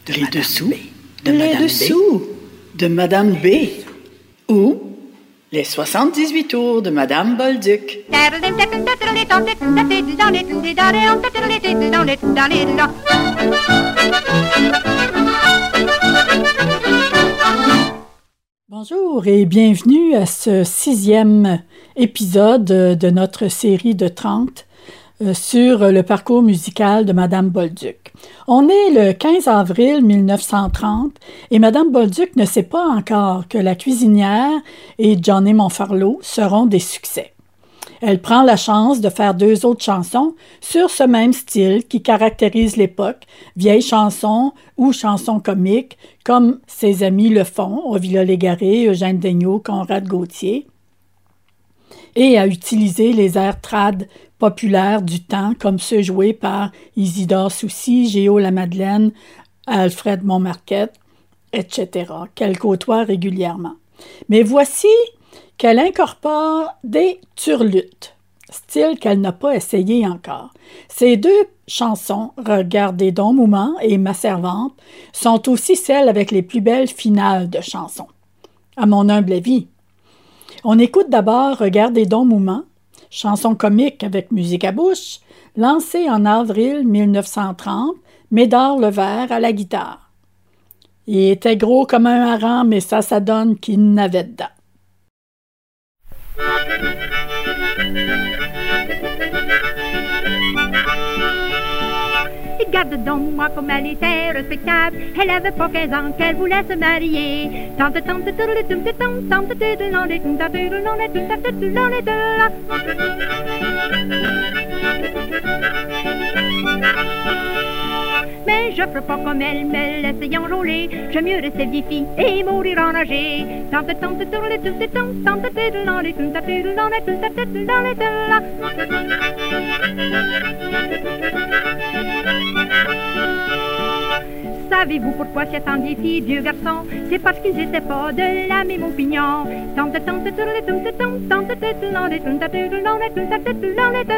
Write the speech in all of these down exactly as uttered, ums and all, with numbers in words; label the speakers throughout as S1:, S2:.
S1: Ris-dessous de Les dessous de Madame B. Ou les soixante-dix-huit tours de Madame Bolduc.
S2: Bonjour et bienvenue à ce sixième épisode de notre série de trente euh, sur le parcours musical de Madame Bolduc. On est le quinze avril mille neuf cent trente et Madame Bolduc ne sait pas encore que La Cuisinière et Johnny Monfarlot seront des succès. Elle prend la chance de faire deux autres chansons sur ce même style qui caractérise l'époque, vieilles chansons ou chansons comiques, comme ses amis le font, Ovila Légaré, Eugène Daigneault, Conrad Gauthier, et à utiliser les airs trad populaires du temps, comme ceux joués par Isidore Soucy, Géo Lamadeleine, Alfred Montmarquette, et cetera, qu'elle côtoie régulièrement. Mais voici qu'elle incorpore des turlutes, style qu'elle n'a pas essayé encore. Ces deux chansons, Regardez donc Moumant et Ma Servante, sont aussi celles avec les plus belles finales de chansons, à mon humble avis. On écoute d'abord Regardez donc Moumant, chanson comique avec musique à bouche, lancée en avril mille neuf cent trente, Médard Levert à la guitare. Il était gros comme un hareng, mais ça, ça donne qu'il n'avait dedans.
S3: Regarde donc moi comme elle était respectable. Elle avait pas quinze ans qu'elle voulait se marier. Tante tante tourle tum tum tante tourle non les tum tante tourle non les tum tante tourle non les mais je ferai pas comme elle, me laisse y enjôler. J'aime mieux rester vieille fille et mourir en âgé. Tante tante tourle tum tum tante tourle non les tum tante tourle non les tum tante tourle non les savez-vous pourquoi c'est tant des filles, vieux garçons? C'est parce qu'ils n'étaient pas de la même opinion. Tante tante tourle tum tum tante tourle non les tum tante tourle non les tum tante tourle non les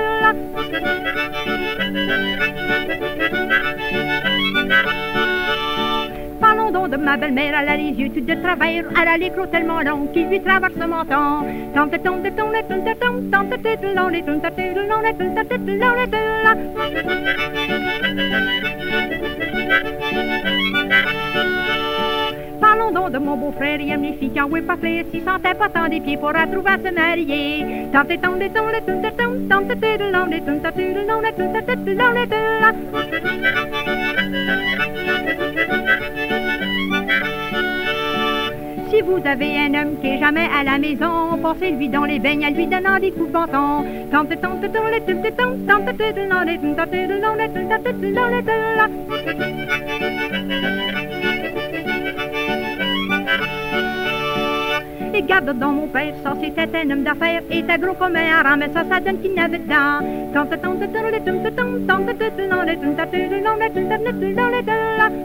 S3: parlons donc de ma belle-mère, elle a les yeux tout de travail, elle a les crocs tellement longs qui lui traversent le menton. Tante tante tourle tum tum tante tourle non les tum tante tourle non les tum tante tourle non les parlons donc de mon beau-frère, il aime les filles qui en ouaient pas clair, s'il sentait pas tant des pieds pour trouver à se marier. Tante tante tourle tum tum tante tourle non les tum tante tourle non les tum tante tourle non les si vous avez un homme qui est jamais à la maison, passez-lui dans les beignes en lui donnant des coups de bâton. Tante tante tourle tum tum tante tourle non les tum tante tourle non les tum tante tourle non les et garde dans mon père, ça c'était un homme d'affaires, était gros comme un hareng, mais ça, ça donne qu'il n'avait dedans. Tante tante tourle tum tum tante tourle non les tum tante tourle non les tum tante tourle non les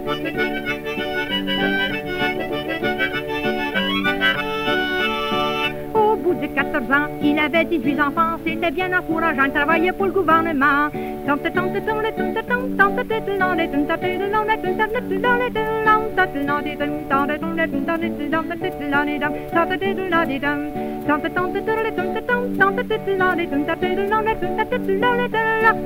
S3: au bout de quatorze ans, il avait dix-huit enfants, c'était bien encourageant, il travaillait pour le gouvernement. Tante tante tourle tum tum tante tourle non les tum tante tourle non les tum tante tourle non les tante non les tum tante tourle tum tante tourle tante tourle non les tante tourle non les tante tante tante tourle tum tum tante tourle non les tum tante tourle non les tum tante tourle non les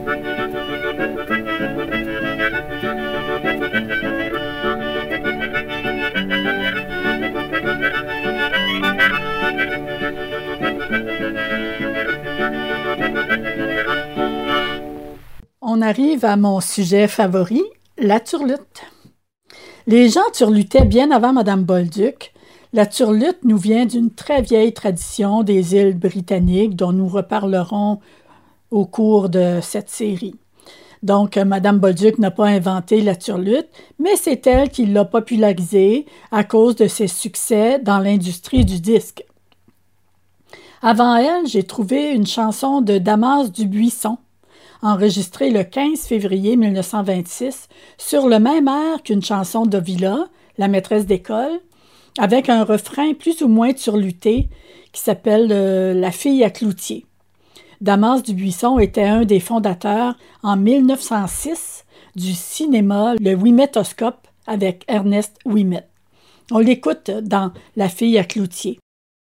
S2: On arrive à mon sujet favori, la turlute. Les gens turlutaient bien avant Madame Bolduc. La turlute nous vient d'une très vieille tradition des îles britanniques dont nous reparlerons au cours de cette série. Donc, Madame Bolduc n'a pas inventé la turlute, mais c'est elle qui l'a popularisée à cause de ses succès dans l'industrie du disque. Avant elle, j'ai trouvé une chanson de Damas Dubuisson, enregistrée le quinze février mille neuf cent vingt-six, sur le même air qu'une chanson d'Ovila, La maîtresse d'école, avec un refrain plus ou moins turluté qui s'appelle euh, La fille à cloutier. Damas Dubuisson était un des fondateurs en mille neuf cent six du cinéma Le Ouimetoscope avec Ernest Ouimet. On l'écoute dans La fille à cloutier.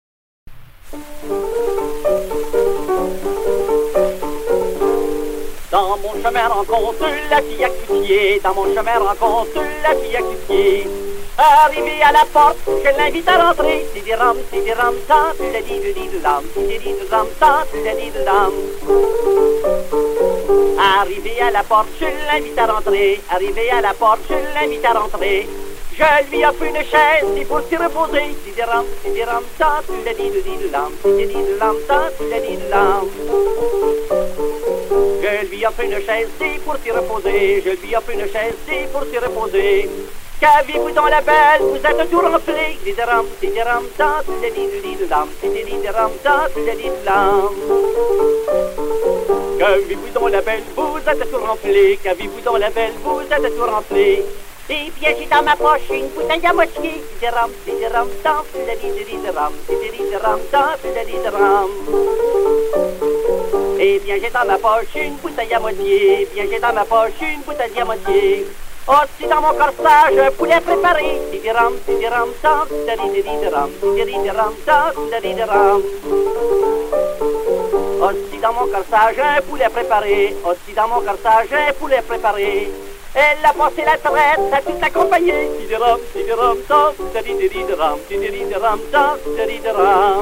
S4: Dans mon chemin rencontre la fille à cloutier, dans mon chemin rencontre la fille à cloutier. Arrivé à la porte, je l'invite à rentrer. Tidiram, tidiram, ta, tidididididam, tididididam, ta, tididididam. Arrivé à la porte, je l'invite à rentrer. Arrivé à la porte, je l'invite à rentrer. Je lui offre une chaise, il faut s'y reposer. Tidiram, tidiram, ta, tidididididam, tididididam, ta, tididididam. Je lui offre une chaise, c'est pour s'y reposer. Je lui offre une chaise, c'est pour s'y reposer. Qu'avez-vous dans la belle, vous êtes tout rempli. Tidiram, tidiram, ta, tididididam, tididididam, ta, tididididam. Qu'avez-vous dans la belle, vous êtes tout rempli. Qu'avez-vous dans la belle, vous êtes tout rempli. Et bien j'ai dans ma poche une bouteille à moitié. Tidiram, tidiram, ta, tididididam, tididididam, ta, tididididam. Eh bien j'ai dans ma poche une bouteille à moitié. Eh bien j'ai dans ma poche une bouteille à moitié. Aussi dans mon corsage, poulet préparé. Tidiram, tidiram, ta, tididididam, tididididam, ta, tididididam. Aussi dans mon corsage, un poulet préparé. Aussi dans mon corsage, un poulet préparé. Elle a passé la traite à toute la compagnie. Tidiram, tidiram, ta, tididididam, tididididam, ta, tididididam.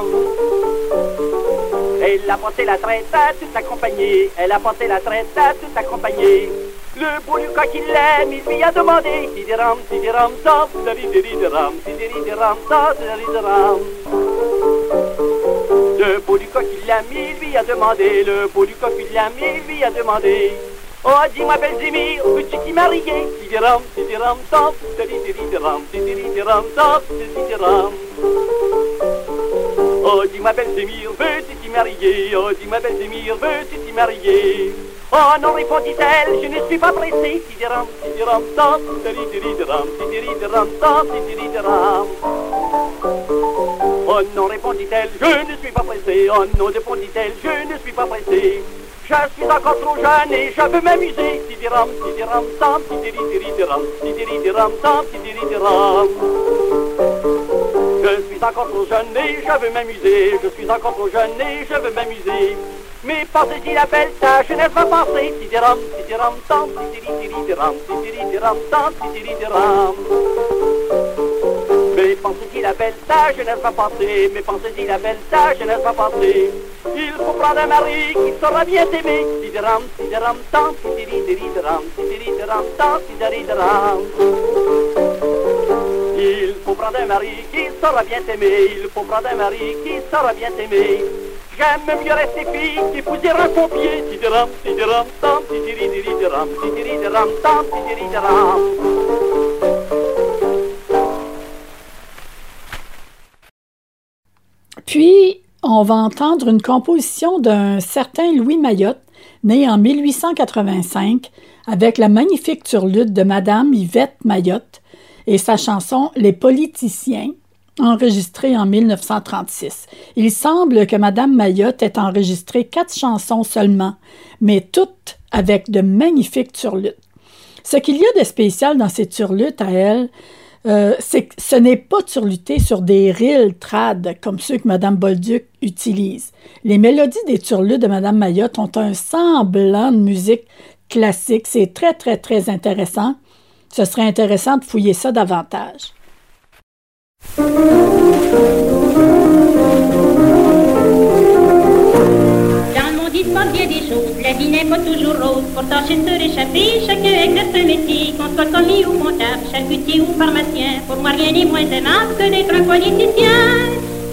S4: Elle a passé la traite à toute la compagnie. Elle a passé la traite à toute la compagnie. Le beau Lucas qui l'aime, il lui a demandé. Tidiram, tidiram, ta, tididididam, tididididam, ta, tididididam. Le beau Lucas qui l'aime, il lui a demandé. Le beau Lucas qui l'aime, il lui a demandé. Oh, dis-moi, Belzémir, veux-tu t'y marier? Tidiram, tidiram, ta, tididididam, tididididam, ta, tididididam. Oh, dis-moi, Belzémir, veux-tu t'y marier? Oh, dis-moi, Belzémir, veux-tu t'y marier? Oh non, répondit-elle, je ne suis pas pressée. Tidiram, tidiram, ta, tididididam, tididididam, ta, tididididam. Oh non, répondit-elle, je ne suis pas pressée. Oh non, répondit-elle, je ne suis pas pressée. Je suis encore trop jeune et je veux m'amuser. Tidiram, tidiram, ta, tididididam, tididididam, ta, tididididam. Je suis encore trop jeune et je veux m'amuser. Je suis encore trop jeune et je veux m'amuser. Mais pensez-y la belle, ta jeunesse va passer. Tidiram, tidiram, tam, tididididam, tididididam, tam, tididididam. Mais pensez-y la belle, ta jeunesse va passer. Mais pensez-y la belle, ta jeunesse va passer. Il faut prendre un mari qui saura bien t'aimer. Tidiram, tidiram, tam, tididididam, tididididam, tam, tididididam. Il faut prendre un mari qui saura bien t'aimer. Il faut prendre un mari qui saura bien t'aimer. J'aime mieux rester fille qu'épouser un pompier. Tidiram, tidiram, tam, tididididam, tididididam, tam, tididididam.
S2: Puis, on va entendre une composition d'un certain Louis Mayotte, né en mille huit cent quatre-vingt-cinq, avec la magnifique turlute de Madame Yvette Mayotte et sa chanson « Les politiciens », enregistrée en mille neuf cent trente-six. Il semble que Madame Mayotte ait enregistré quatre chansons seulement, mais toutes avec de magnifiques turlutes. Ce qu'il y a de spécial dans ces turlutes à elle, euh, c'est que ce n'est pas turluté sur des rilles trad comme ceux que Madame Bolduc utilise. Les mélodies des turlutes de Madame Mayotte ont un semblant de musique classique. C'est très, très, très intéressant. Ce serait intéressant de fouiller ça davantage.
S3: Car le monde il se passe bien des choses, la vie n'est pas toujours rose. Pour tâcher de se réchapper, chacun exerce un métier, qu'on soit commis ou comptable, charcutier ou pharmacien. Pour moi rien n'est moins aimable que d'être un politicien.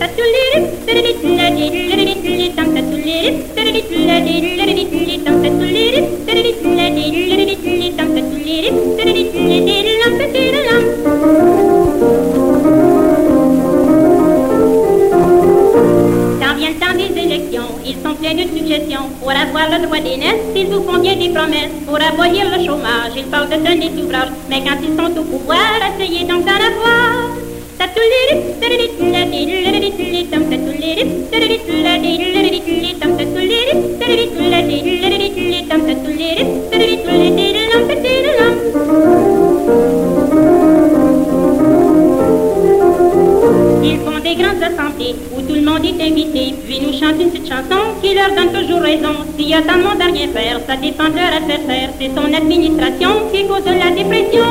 S3: Ils sont pleins de suggestions pour avoir le droit d'aînesse. Ils vous font bien des promesses pour abolir le chômage. Ils parlent de donner d'ouvrage, mais quand ils sont au pouvoir, essayez donc d'en avoir.
S5: grandes assemblées où tout le monde est invité, puis nous chante une petite chanson qui leur donne toujours raison. S'il y a tant de monde à rien faire, ça dépend de leur adversaire. C'est son administration qui cause la dépression.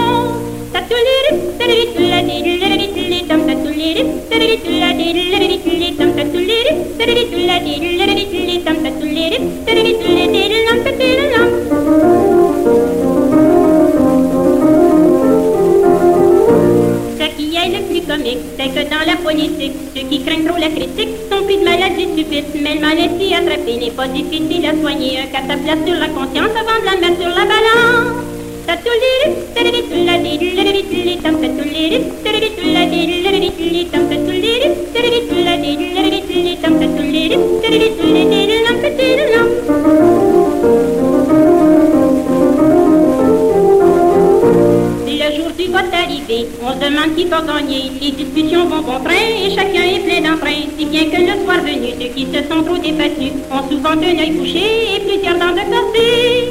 S5: C'est que dans la politique, ceux qui craignent trop la critique sont plus de maladies subites. Mais le maladie attrapée n'est pas difficile à soigner. Un cataplasme sur la conscience avant de la mettre sur la balance. On se demande qui va gagner, les discussions vont bon train et chacun est plein d'entrain. Si bien que le soir venu, ceux qui se sont trop débattus ont souvent un œil bouché et plusieurs dents de cassé.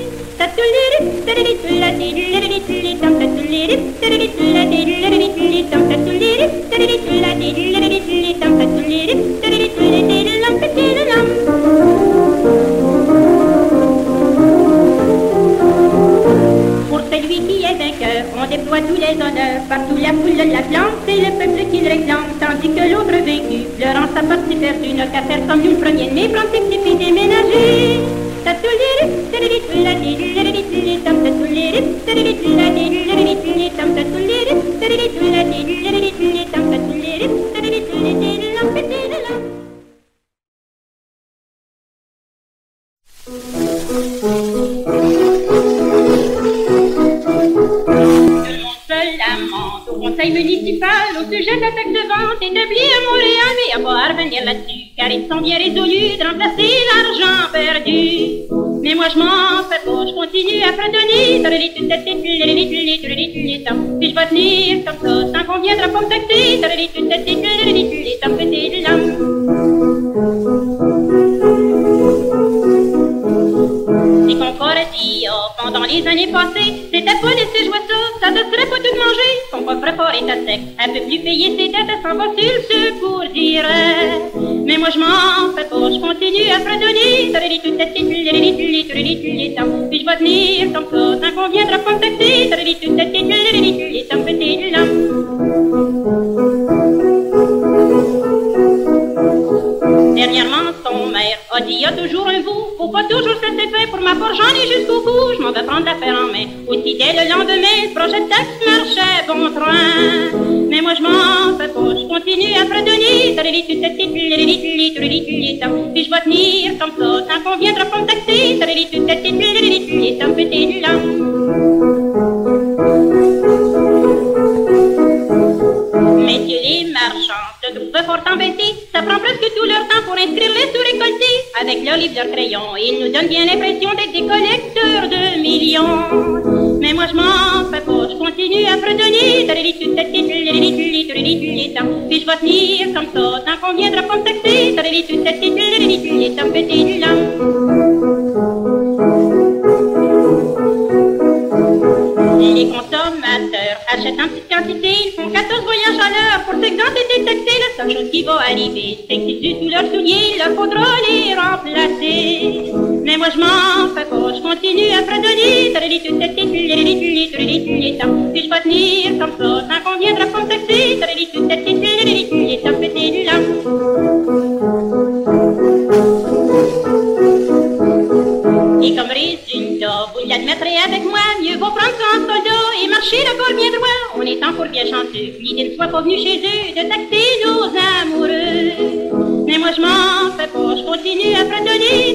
S5: Pour celui qui est vainqueur, on déploie tous les honneurs. Partout la foule la plante, c'est le peuple qui le réclame. Tandis que l'autre vaincu, pleurant sa partie perdue, n'a qu'à faire comme nous le premier de mai, prendre ses petits filles déménager. Au conseil municipal, au sujet de la taxe de vente établie à Montréal, mais à pas revenir là-dessus, car ils sont bien résolus de remplacer l'argent perdu. Mais moi je m'en fais pas, je continue à fredonner, puis je vais tenir comme ça, sans qu'on viendra pas me taxer, les Concordia, pendant les années passées, c'était pas laisser jouer ça, ça ne serait pas tout manger. Son coffre-fort est à sec, elle peut plus payer ses dettes, elle s'en va sur le secours, dirait. Mais moi je m'en fais pas, je continue à fredonner, puis je vais tenir comme ça, tant qu'on viendra pas me taxer, dernièrement, son mère a dit y a toujours un bout, faut pas toujours se laisser faire, pour ma part j'en ai jusqu'au bout, je m'en vais prendre l'affaire en main. Aussi dès le lendemain, le projet de taxe marchait bon train. Mais moi je m'en fais pas, je continue à fredonner, puis je vais tenir comme ça, tant qu'on viendra pas me taxer, messieurs les marchands se trouvent fort embêtés, ça prend presque tout leur temps pour inscrire les sous-récoltés. Avec leur livre, leur crayon, ils nous donnent bien l'impression d'être des collecteurs de millions. Mais moi je m'en fais pas, je continue à fredonner, puis je vais tenir comme ça, tant qu'on viendra pas me taxer, les consommateurs achètent en petite quantité, ils font quatorze voyages à l'heure pour s'exempter des taxés. La seule chose qui va arriver, c'est que si sous leurs souliers, il leur faudra les remplacer. Mais moi je m'en fais pas, je continue à fredonner, puis je vais tenir comme ça, tant qu'on viendra pas me taxer, et comme résultat, vous l'admettrez avec moi, mieux vaut prendre ça en soldat et marcher le corps bien droit. On est encore bien chanceux, l'idée ne soit pas venue chez eux de taxer nos amoureux. Mais moi je m'en fais pas, je continue à fredonner,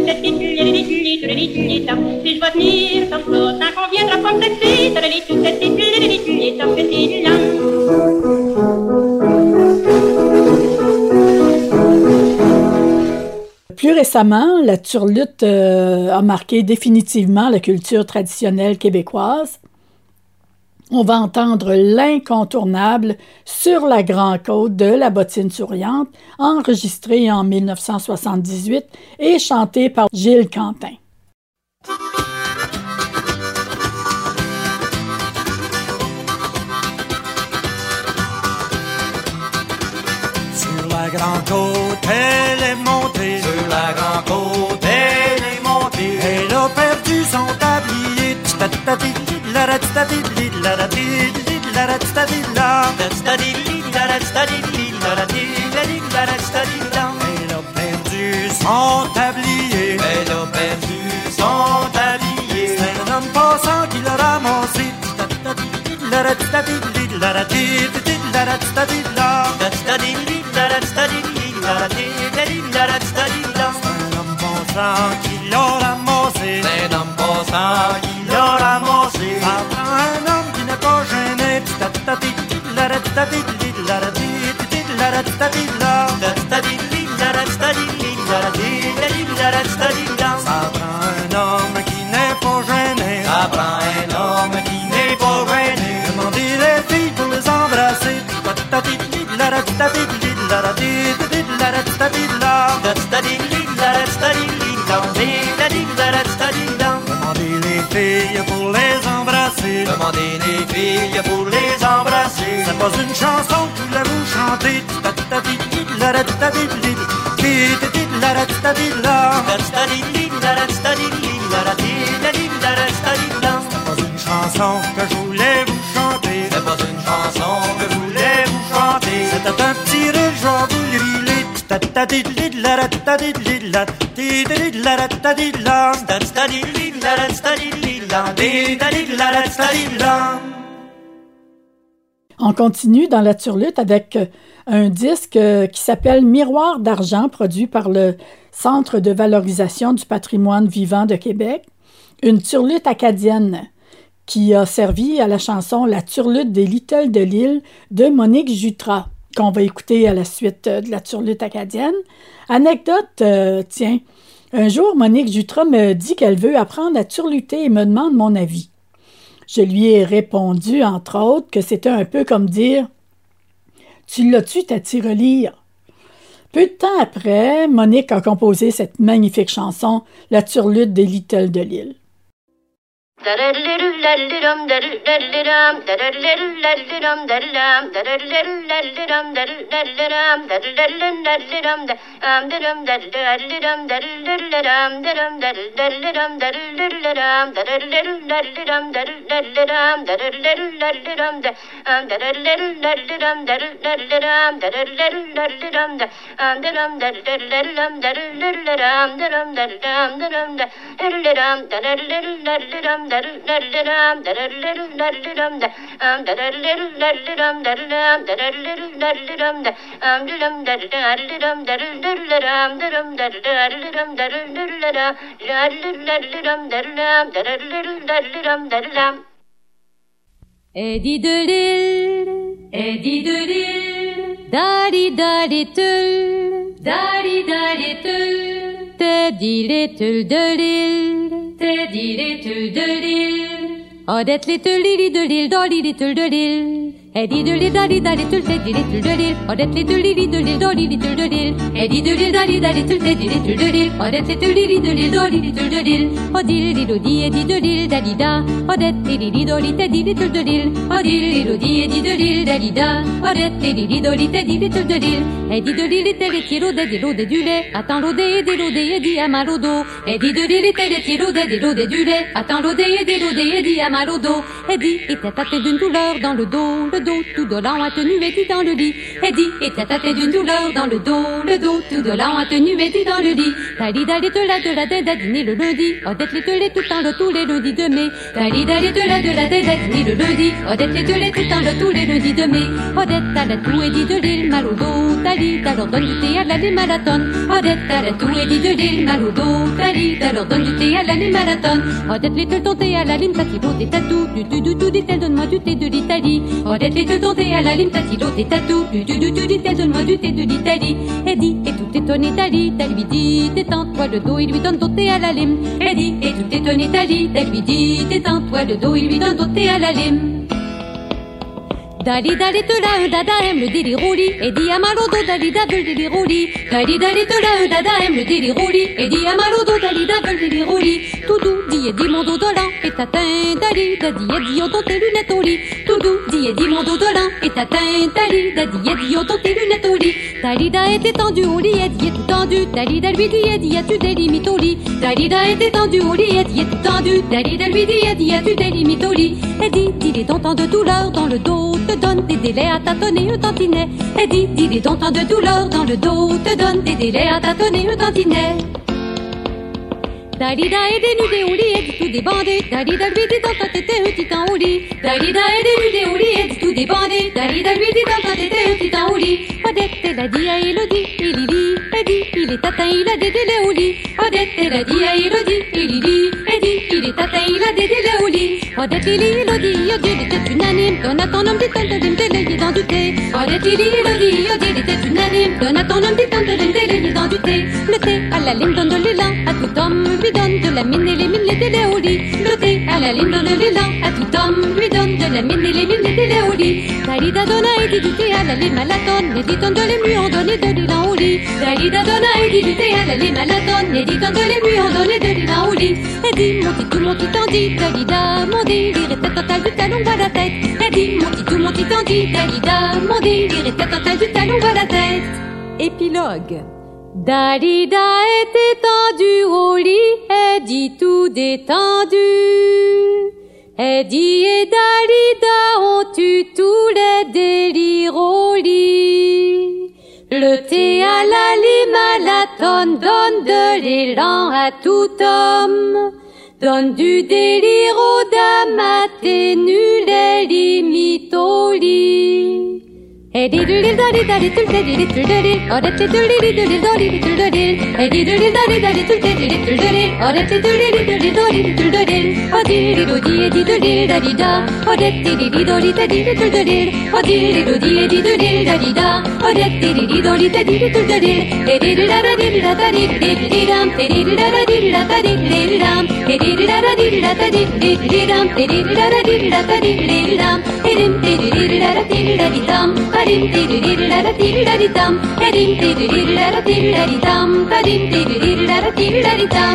S5: puis je vais tenir comme ça, tant qu'on viendra pas me taxer,
S2: Plus récemment, la turlute euh, a marqué définitivement la culture traditionnelle québécoise. On va entendre l'incontournable Sur la Grande Côte de la Bottine souriante, enregistré en mille neuf cent soixante-dix-huit et chanté par Gilles Quentin.
S6: Sur grande côte, elle est montée.
S7: Sur la grande côte, elle est montée.
S6: Elle a perdu son tablier. Elle a perdu son tablier.
S7: Elle a perdu son tablier.
S6: C'est un homme passant qui l'a ramassé. Qui l'a ramassé.
S7: C'est un homme passant qui l'a ramassé.
S6: Ça prend un homme qui n'est pas gêné. Ça prend un homme qui n'est pas gêné.
S7: Ça prend un homme qui n'est pas gêné.
S6: Demandez les filles pour les embrasser. Demandez les filles pour les embrasser.
S7: Demandez les filles pour les embrasser.
S6: C'est pas une chanson que je voulais vous chanter. C'est pas une chanson que je voulais vous chanter.
S7: C'est pas une chanson que je voulais vous chanter.
S6: C'était un petit rire, je vais vous le riler.
S2: On continue dans la turlute avec un disque qui s'appelle Miroir d'argent, produit par le Centre de valorisation du patrimoine vivant de Québec. Une turlute acadienne qui a servi à la chanson La turlute des Littles de l'île de Monique Jutras, qu'on va écouter à la suite de la turlute acadienne. Anecdote, euh, tiens, un jour, Monique Jutras me dit qu'elle veut apprendre à turluter et me demande mon avis. Je lui ai répondu, entre autres, que c'était un peu comme dire « Tu l'as-tu ta tirelire? » Peu de temps après, Monique a composé cette magnifique chanson « La turlute des Littles de l'île ».
S8: Eddie de l'île, Eddie de l'île, Daddy Daddy Tull, Daddy Daddy Tull, Teddy Little de l'île, Teddy Little de l'île, Odette Little Lily de l'île, Dolly Little de l'île, Eddie de l'île, Daddy Daddy Tull, Teddy Little de l'île, Odette Little Lily de l'île, Dolly Little de l'île, Eddie de l'île, Daddy Daddy Tull, Teddy Little de l'île, Odette Little Lily de l'île, Dolly Little de l'île, Odile Lilodi, Eddie de l'île, Dalida, Odette Lily, Dolly, Teddy Little de l'île, Odile Lilodi, Eddie de l'île, Dalida, Odette Lily, Dolly, Teddy Little de l'île, Eddie de l'île était les tiros, Eddie l'odé du lait, attends l'odé, Eddie l'odé, Eddie à mal au dos, Eddie de l'île était les tiros, Eddie l'odé du lait, attends l'odé, Eddie l'odé, Eddie à mal au dos, Eddie était tâté d'une douleur dans le dos, le dos tout dolent, atténué, dit dans le lit, Eddie était tâté d'une douleur dans le dos, le dos tout dolent, atténué, dit dans le lit, Dali dali de la de la dinde à dîner le lundi, Odette les telés tout le temps le tous les lundis de mai, Dali dali de la de la dinde à dîner le lundi, Odette les telés tout le temps le tous les lundis de mai, Odette à la tout Eddie de l'île, mal au dos, Dali t'as donne du thé à la marathon, Odette à la tout Eddie de l'île, mal au dos, Dali t'as donne du thé à la marathon, Odette les telés ton thé à la lime, tatilo des tatous, du du du du dit-elle donne-moi du thé de l'Italie, Odette les telés ton thé à la lime, tatilo des tatous, du du du du dit-elle donne-moi du thé de l'Italie, Eddie est tout étonné, Dali, t'as lui dit, détends-toi le dos, il lui donne ton thé à la lime, Eddie est tout étonné, Dali, t'as lui dit, détends-toi le dos, il lui donne ton thé à la lime. Dali dali te la dada aime le délire roulis et dit à Malodo dali da veut le délire roulis. Dali dali te la dada aime le délire roulis et dit à Malodo dali da veut le délire roulis. Tout doux dit et dit mon dodolant est atteint dali dadi et dit on tes lunettes au lit. Tout doux dit et dit mon dodolant est atteint dali dadi et dit on tes lunettes au lit. Dalida est étendue au lit et dit est tout tendu. Dalida lui dit et dit as-tu des limites au lit. Dalida est étendue au lit et dit est tout tendu. Dalida lui dit et dit as-tu des limites au lit. Et dit dit les tontants de douleur dans le dos te donne des délais à tâtonner un tantinet. Et dit dit les tontants de douleur dans le dos te donne des délais à tâtonner un tantinet. Dalida est dénudée au lit et dit tout débandé. Dalida lui dit dans ta tête un titan au lit. Dalida est dénudée au lit et dit tout débandé. Dalida lui dit dans ta tête un titan au lit. Odette elle a dit à Élodie et Lily. Et dit il est atteint il a des délais au lit. Odette elle a dit à Élodie et Lily. Et dit il est atteint il a des délais au lit. Odette Lily Élodie oh Dieu il était unanime. Donne à ton homme dit tant de lim délayé dans du thé. Odette Lily Élodie oh Dieu il était unanime. Donne à ton homme dit tant de lim délayé dans du thé. Le thé à la lime donne de l'élan à tout homme lui donne de la mine et les mines les délais au lit. Le thé à la lime donne de l'élan à tout homme lui donne de la mine et les mines les délais au lit. Dalida donna et dit du thé à la lime à la tonne et dit tonne de les lui ont donné de l'élan au lit. Dalida donna et dit du thé à la lime à la tonne et dit tonne de les lui ont donné de l'élan au lit. Et dit mon petit tout mon petit tandis Dalida mon délire était total du talon à la tête. Et dit mon petit tout mon petit tandis Dalida mon délire était total du talon à la tête. Épilogue. Dalida est étendue au lit, elle dit tout détendu. Eddie et Dalida ont eu tous les délires au lit. Le thé à la lime à la tonne donne de l'élan à tout homme. Donne du délire aux dames, atténue les limites au lit. Eddie du lil dali dali tul dali tul dali, odette du lili du lil dali tul dali. Eddie du lil dali dali tul dali tul dali, odette du lili du lil dali tul dali. Odi li dodi Eddie du lil dali da, odette li li doli dali tul dali. Odi li dodi Eddie du lil dali da, odette li li doli dali tul dali. Eddie du la da di la da di di dam, Eddie du la da di la da di di dam, Eddie du la da di la da di di dam, Eddie du la da di la da di di dam, Eddie du la da di la di dam. Padim tidu la da tidu la di tam, padim tidu la da tidu la di tam, padim tidu la da tidu la di tam.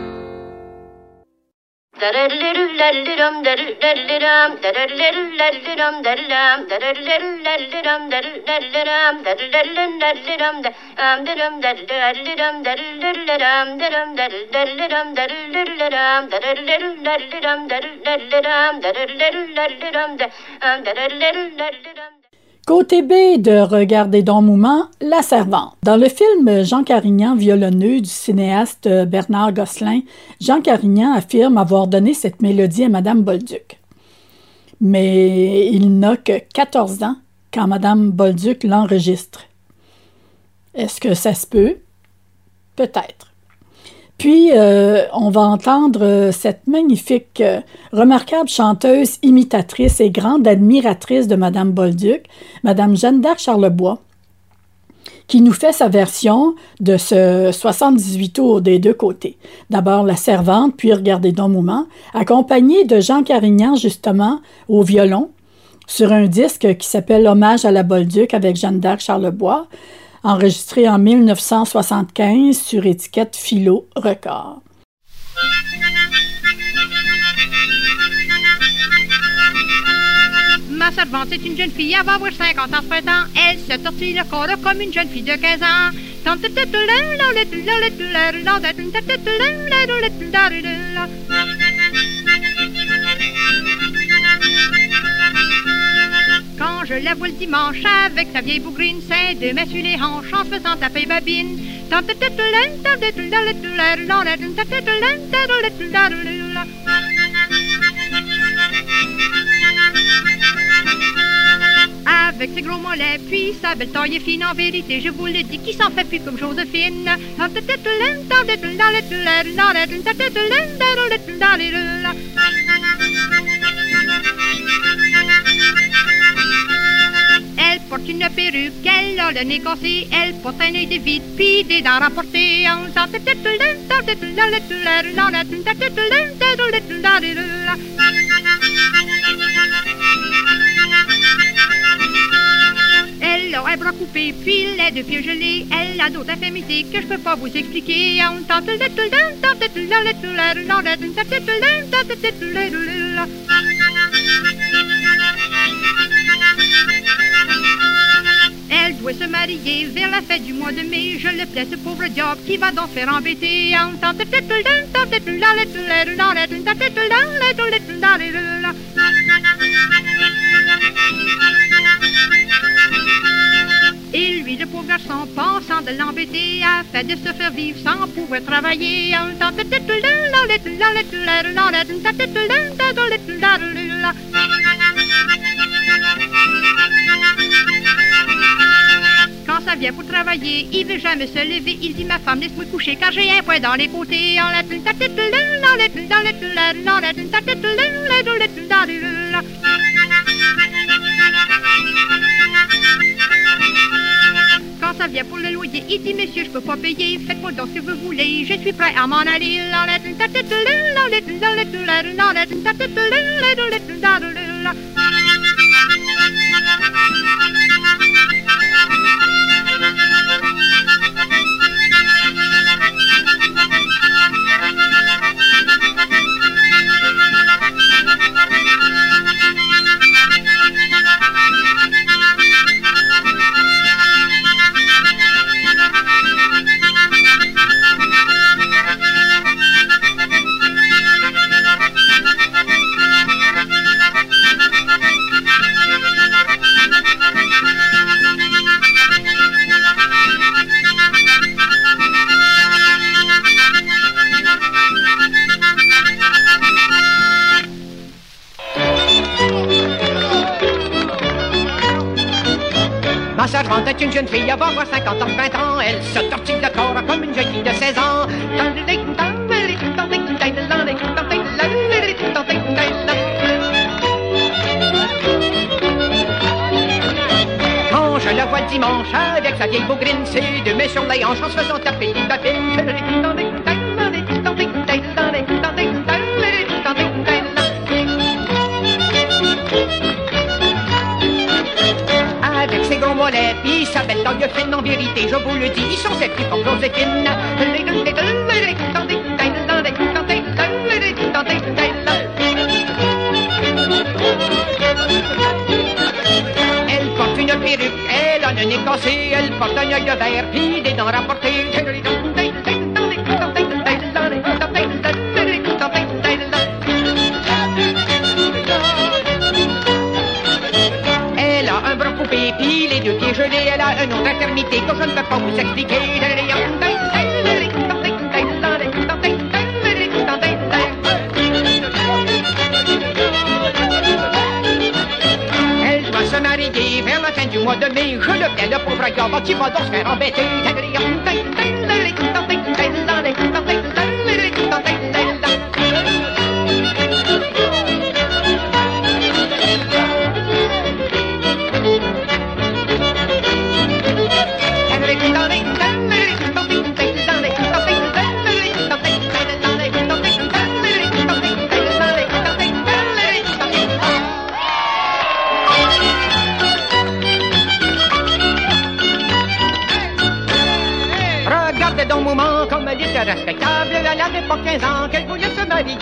S8: Da da little la dum da da dum da da little la dum da dum da da little la dum da da dum da da little la dum da um da dum da da dum da little la dum da dum da da dum da little la dum da da little la dum da da dum da da little la dum da um da da little la dum.
S2: Côté B de Regardez donc Moumant, La Servante. Dans le film Jean Carignan, violonneux du cinéaste Bernard Gosselin, Jean Carignan affirme avoir donné cette mélodie à Madame Bolduc. Mais il n'a que quatorze ans quand Madame Bolduc l'enregistre. Est-ce que ça se peut? Peut-être. Puis, euh, on va entendre cette magnifique, euh, remarquable chanteuse, imitatrice et grande admiratrice de Madame Bolduc, Madame Jeanne d'Arc Charlebois, qui nous fait sa version de ce soixante-dix-huit tours des deux côtés. D'abord La Servante, puis Regardez donc Moumant, accompagnée de Jean Carignan, justement, au violon, sur un disque qui s'appelle Hommage à la Bolduc avec Jeanne d'Arc Charlebois, enregistré en mille neuf cent soixante-quinze sur étiquette Philo Record.
S3: Ma servante, c'est une jeune fille, elle va avoir cinquante ans ce printemps. Elle se tortille le corps comme une jeune fille de quinze ans. Quand je la vois le dimanche avec sa vieille bougrine, c'est deux mains sur les hanches en se faisant taper babine. Avec ses gros mollets, puis sa belle taille est fine, en vérité, je vous le dis, qui s'en fait plus comme Joséphine. Elle porte une perruque, elle a le nez cassé, elle porte un œil de vide, puis des dents rapportées. coupé, puis les deux pieds gelés. Elle a d'autres infirmités que je peux pas vous expliquer. Elle doit se marier vers la fête du mois de mai. Je le plais ce pauvre diable qui va donc faire embêter. Et lui, le pauvre garçon, pensant de l'embêter, a fait de se faire vivre sans pouvoir travailler. Quand ça vient pour travailler, il veut jamais se lever. Il dit, ma femme, laisse-moi coucher car j'ai un poing dans les côtés. Quand ça vient pour le loyer, il dit, monsieur, je peux pas payer. Faites-moi donc ce que vous voulez, je suis prêt à m'en aller.
S9: Ma servante est une jeune fille, elle va avoir cinquante ans, vingt ans. Elle se tortille le corps comme une jeune fille de seize ans. Quand je la vois le dimanche avec sa vieille bougrine, c'est deux mains sur les hanches en se faisant taper les babines. Avec ses gros mollets, pis sa belle taille fine, en vérité, je vous le dis, ils sont faits plus pour Joséphine. Elle porte une perruque, elle a un nez cassé, elle porte un œil de verre, pis des dents rapportées. Puis les deux pieds gelés, elle a un autre infirmité que je ne peux pas vous expliquer. Elle doit se marier vers la fin du mois de mai. Je le plais, le pauvre gars qui va donc se faire embêter. Respectable, elle n'avait pas quinze ans qu'elle voulait se marier.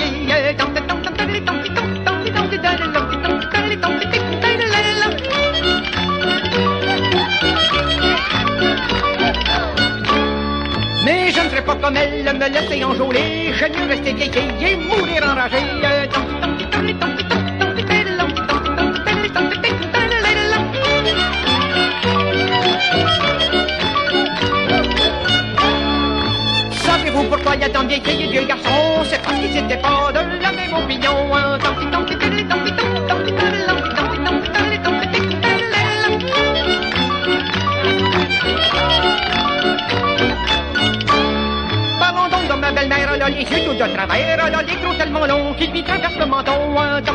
S9: Mais je ne serai pas comme elle, me laisser enjôler. Je vais rester vieille et mourir enragé. Pourquoi il y a tant de vieilles filles et de vieux garçons? C'est parce qu'ils n'étaient pas de la même opinion. Parlons donc de ma belle-mère, elle a les yeux tout de travers, elle a les gros tellement longs qui lui traversent le menton.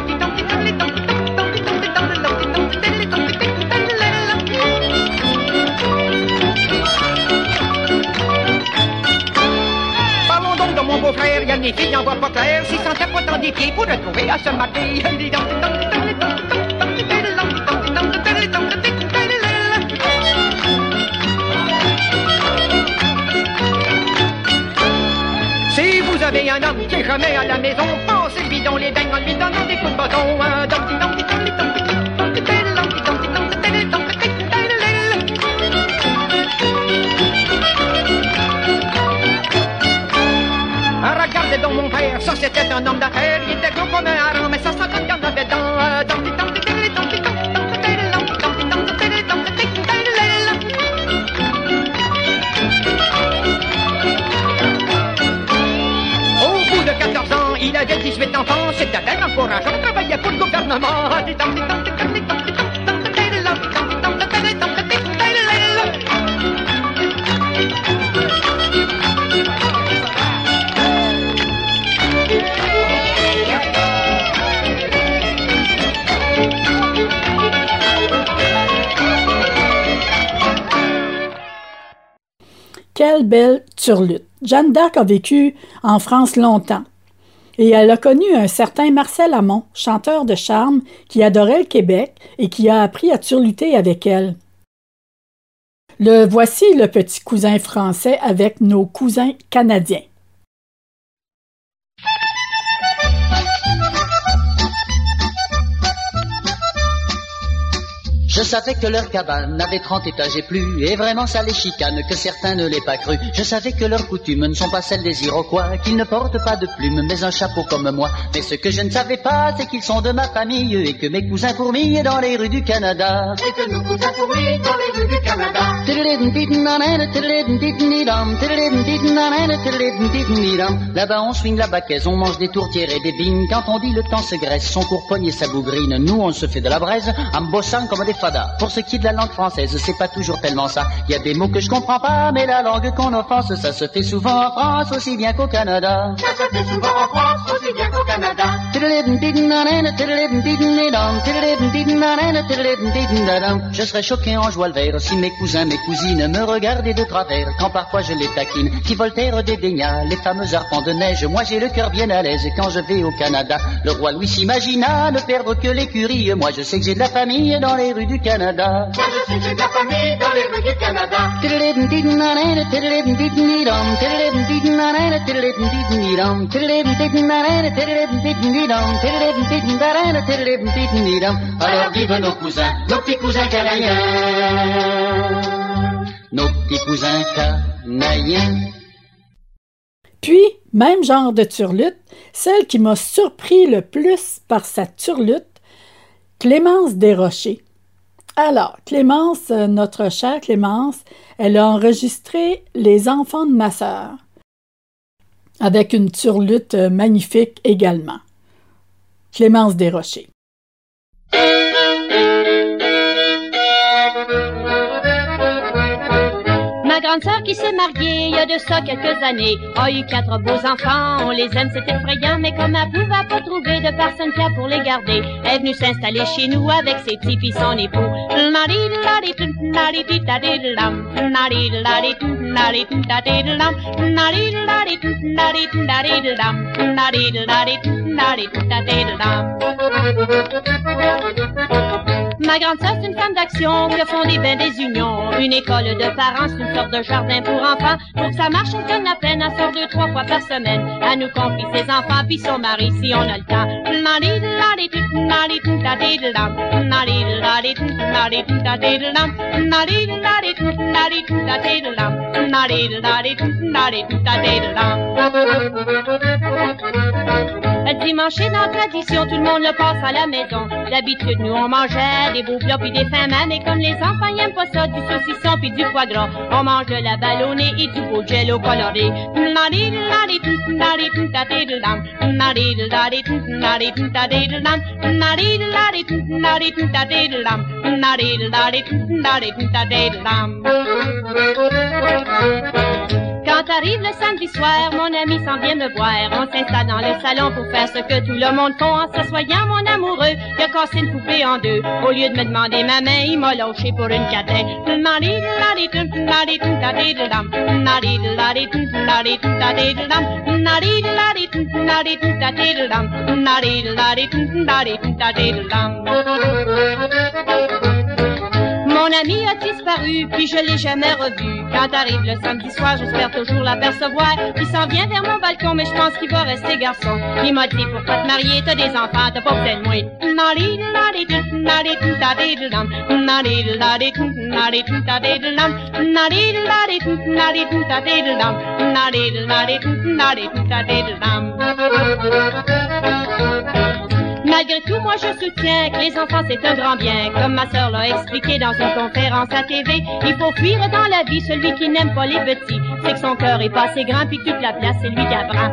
S9: Mon beau-frère, il y a des filles, n'en voit pas clair. S'il sentait pas tant des pieds pour le trouver à se mater. je remets à la maison, passer le bidon, les beignes en lui donnant des coups de bâton. Un dom di dom di dom di dom di dom di dom di dom di dom di dom di dom di regardez donc mon père, ça c'était un homme d'affaires, il était gros comme un hareng, mais ça sentait qu'il y en avait dedans. Un dom di dom di dom di dom di dom di dom di dom di dom di dom di dom di dom. quatorze ans, il avait dix-huit enfants, c'était un encourageant, travaillait pour le gouvernement.
S2: Quelle belle turlute! Jeanne d'Arc a vécu en France longtemps. Et elle a connu un certain Marcel Amont, chanteur de charme, qui adorait le Québec et qui a appris à turluter avec elle. Le voici le petit cousin français avec nos cousins canadiens.
S10: Je savais que leur cabane avait trente étages et plus, et vraiment ça les chicane que certains ne l'aient pas cru. Je savais que leurs coutumes ne sont pas celles des Iroquois, qu'ils ne portent pas de plumes mais un chapeau comme moi. Mais ce que je ne savais pas, c'est qu'ils sont de ma famille, et que mes cousins fourmillent dans les rues du Canada.
S11: Et que nos cousins fourmillent dans les rues du Canada.
S10: Là-bas on swing la baquaise, on mange des tourtières et des bines. Quand on dit le temps se graisse, son court-poignet sa bougrine. Nous on se fait de la braise en bossant comme des fadas. Pour ce qui est de la langue française, c'est pas toujours tellement ça. Il y a des mots que je comprends pas, mais la langue qu'on offense, ça se fait souvent en France aussi bien qu'au Canada.
S11: Ça se fait souvent en France aussi bien qu'au Canada.
S10: Je serais choqué en joie le vert si mes cousins, mes cousines me regardaient de travers quand parfois je les taquine. Si Voltaire dédaigna les fameux arpents de neige, moi j'ai le cœur bien à l'aise quand je vais au Canada. Le roi Louis s'imagina ne perdre que l'écurie. Moi je sais que j'ai de la famille dans les rues du Canada.
S11: Moi je sais que j'ai de la famille dans les rues du Canada.
S10: Alors vive nos cousins, nos petits cousins canadiens, nos petits cousins canadiens.
S2: Puis, même genre de turlute, celle qui m'a surpris le plus par sa turlute, Clémence Desrochers. Alors, Clémence, notre chère Clémence, elle a enregistré Les enfants de ma sœur, avec une turlute magnifique également. Clémence Desrochers.
S5: Ma grande sœur qui s'est mariée il y a de ça quelques années a eu quatre beaux enfants, on les aime, c'est effrayant, mais comme elle pouvait pas trouver de personne fiable pour les garder, elle est venue s'installer chez nous avec ses petits puis son époux. Ma grande sœur, c'est une femme d'action qui a fondé ben des unions. Une école de parents, c'est une sorte de jardin pour enfants. Pour que ça marche, on donne la peine, elle sort deux, trois fois par semaine. Elle nous confie ses enfants puis son mari si on a le temps. Le dimanche est dans la tradition, tout le monde le passe à la maison. D'habitude, nous on mangeait des beaux plats puis des fins mains, mais comme les enfants ils aiment pas ça, du saucisson puis du foie gras, on mange de la ballonnée et du beau jello coloré. Quand arrive le samedi soir, mon ami s'en vient me voir. On s'installe dans le salon pour faire ce que tout le monde fait. En s'assoyant, mon amoureux, il a cassé une poupée en deux. Au lieu de me demander ma main, il m'a lâché pour une catin. Mon ami a disparu, puis je l'ai jamais revu. Quand arrive le samedi soir, j'espère toujours l'apercevoir. Il s'en vient vers mon balcon, mais je pense qu'il va rester garçon. Il m'a dit, pour pas te marier, t'as des enfants, t'as pas besoin de moi. Malgré tout, moi je soutiens que les enfants c'est un grand bien. Comme ma sœur l'a expliqué dans une conférence à T V, il faut fuir dans la vie celui qui n'aime pas les petits. C'est que son cœur est pas assez grand puis que toute la place c'est lui qui apprend.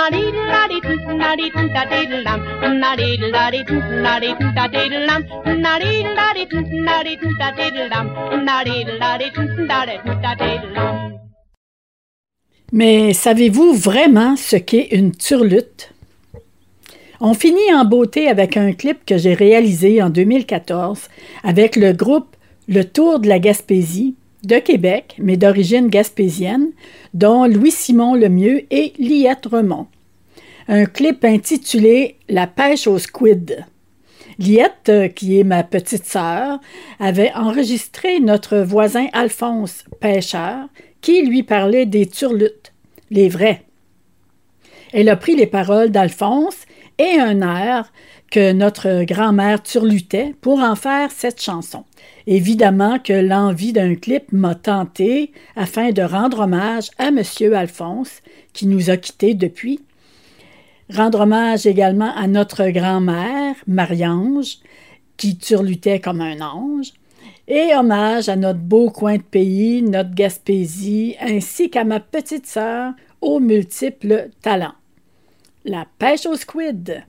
S2: Mais savez-vous vraiment ce qu'est une turlute? On finit en beauté avec un clip que j'ai réalisé en deux mille quatorze avec le groupe Le Tour de la Gaspésie de Québec, mais d'origine gaspésienne, dont Louis-Simon Lemieux et Liette Remond. Un clip intitulé « La pêche au squid ». Liette, qui est ma petite sœur, avait enregistré notre voisin Alphonse, pêcheur, qui lui parlait des turlutes, les vrais. Elle a pris les paroles d'Alphonse et un air que notre grand-mère turlutait pour en faire cette chanson. Évidemment que l'envie d'un clip m'a tenté afin de rendre hommage à M. Alphonse, qui nous a quittés depuis. Rendre hommage également à notre grand-mère, Marie-Ange, qui turlutait comme un ange. Et hommage à notre beau coin de pays, notre Gaspésie, ainsi qu'à ma petite sœur aux multiples talents. La pêche au squid.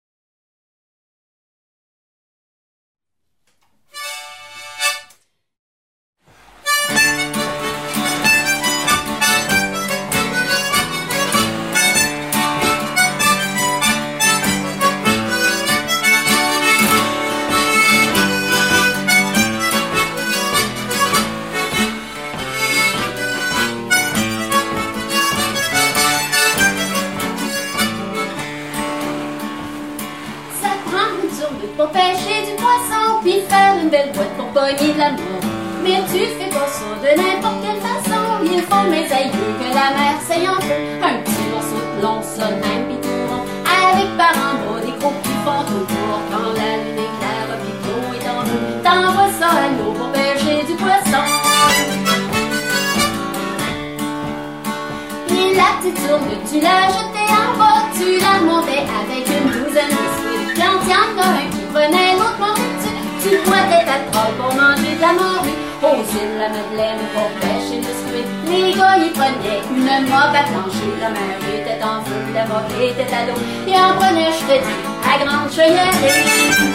S12: Pour pêcher du poisson, puis faire une belle boîte pour pogner de l'amour. Mais tu fais pas ça de n'importe quelle façon. Il faut mes aïeux que la mer s'aille en feu. Un petit morceau de plomb, ça même pis tout rond. Avec par en bas des crocs qui font tout tour. Quand la lune est claire, pis que l'eau est en feu, t'envoies ça à l'eau pour pêcher du poisson. Et la petite tourne, tu l'as jetée en bas, tu la montais avec une douzaine de squid. Quand y'en a un qui prenait l'autre morue, tu, tu pointais ta trolle pour manger de la morue. Aux îles la Madeleine pour pêcher le squid, les gars y prenaient une mob à plancher. La mer était en feu, la mob était à l'eau, et en prenait, je te dis, à grande cheuillerée.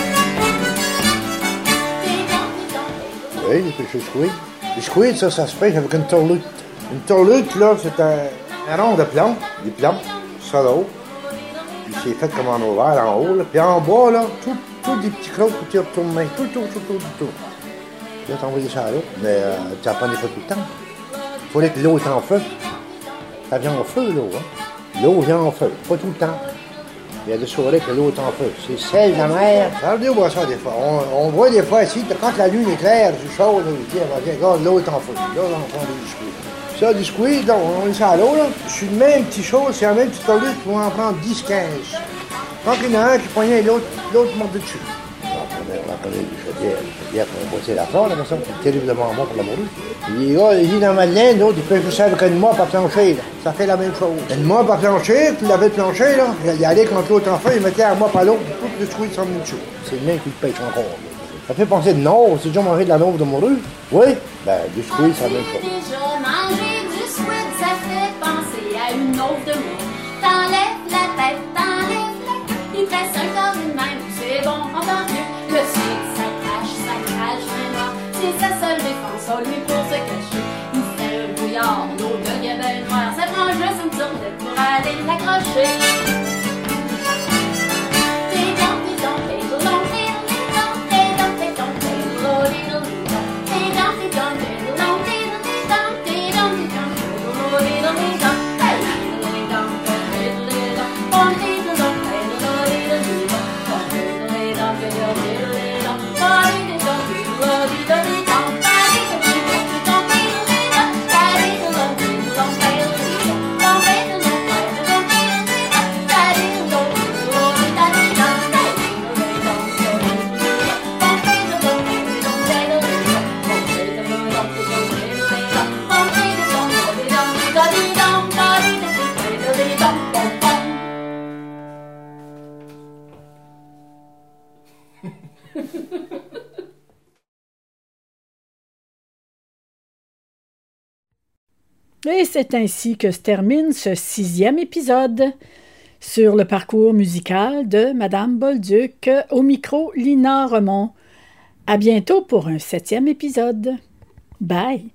S13: Oui, les pêches au squid. Le squid, ça, ça se pêche avec une turlute. Une turlute, là, c'est un, un rond de plomb, des plombs, sur l'eau. Puis c'est fait comme en ouvert, en haut, là. Puis en bas, là, tout, tout des petits crocs que tu retournes, tout, tout, tout, tout, tout, tout. Puis là, t'envoies ça à l'eau, mais euh, tu n'en prenais pas tout le temps. Il fallait que l'eau est en feu. Ça vient en feu, l'eau, hein. L'eau vient en feu, pas tout le temps. Il y a des soirées que l'eau est en feu. C'est celle de la mer. Regardez, on voit ça des fois. On, on voit des fois ici, quand la lune est claire, c'est chaud, là, je dis, regarde, l'eau est en feu. Là, on prend du squid. Ça, du squid, là, on met ça à l'eau, là. Je suis le même petit chose, c'est la même petite torlute, pour en prendre dix quinze. Quand il y en a un qui poignait l'autre, l'autre monte dessus. On a connu du chaudière. Le chaudière, pour botter la forme, là, ça, c'est terriblement bon pour la morue. Les gars, les îles dans Madeleine, l'autre, ils peuvent ça avec une mop à plancher, là. Ça fait la même chose. Une mop à plancher, puis il avait le plancher, là. Il allait contre l'autre en feu, il mettait la mop à l'eau, puis tout le squid s'en venait dessus. C'est le même qui le pêche encore, là. Ça fait penser de nord, c'est déjà mangé de la nauve de morue? Oui? Ben, du squid, c'est la même chose.
S12: Déjà manger du squid, ça fait penser à une nauve de morue. T'enlèves la tête, t'enlèves la queue, il te reste un corps de même, c'est bon, entends mieux. Le squid, ça crache, ça crache, main noire, c'est sa seule défense, on lui pour se cacher. Il fait un bouillard, l'eau de gabelle noire, ça prend juste une tournette pour aller l'accrocher. T'es dans, t'es dans, t'es dans, t'es dans. Bye.
S2: Et c'est ainsi que se termine ce sixième épisode sur le parcours musical de Madame Bolduc. Au micro, Lina Remond. À bientôt pour un septième épisode. Bye!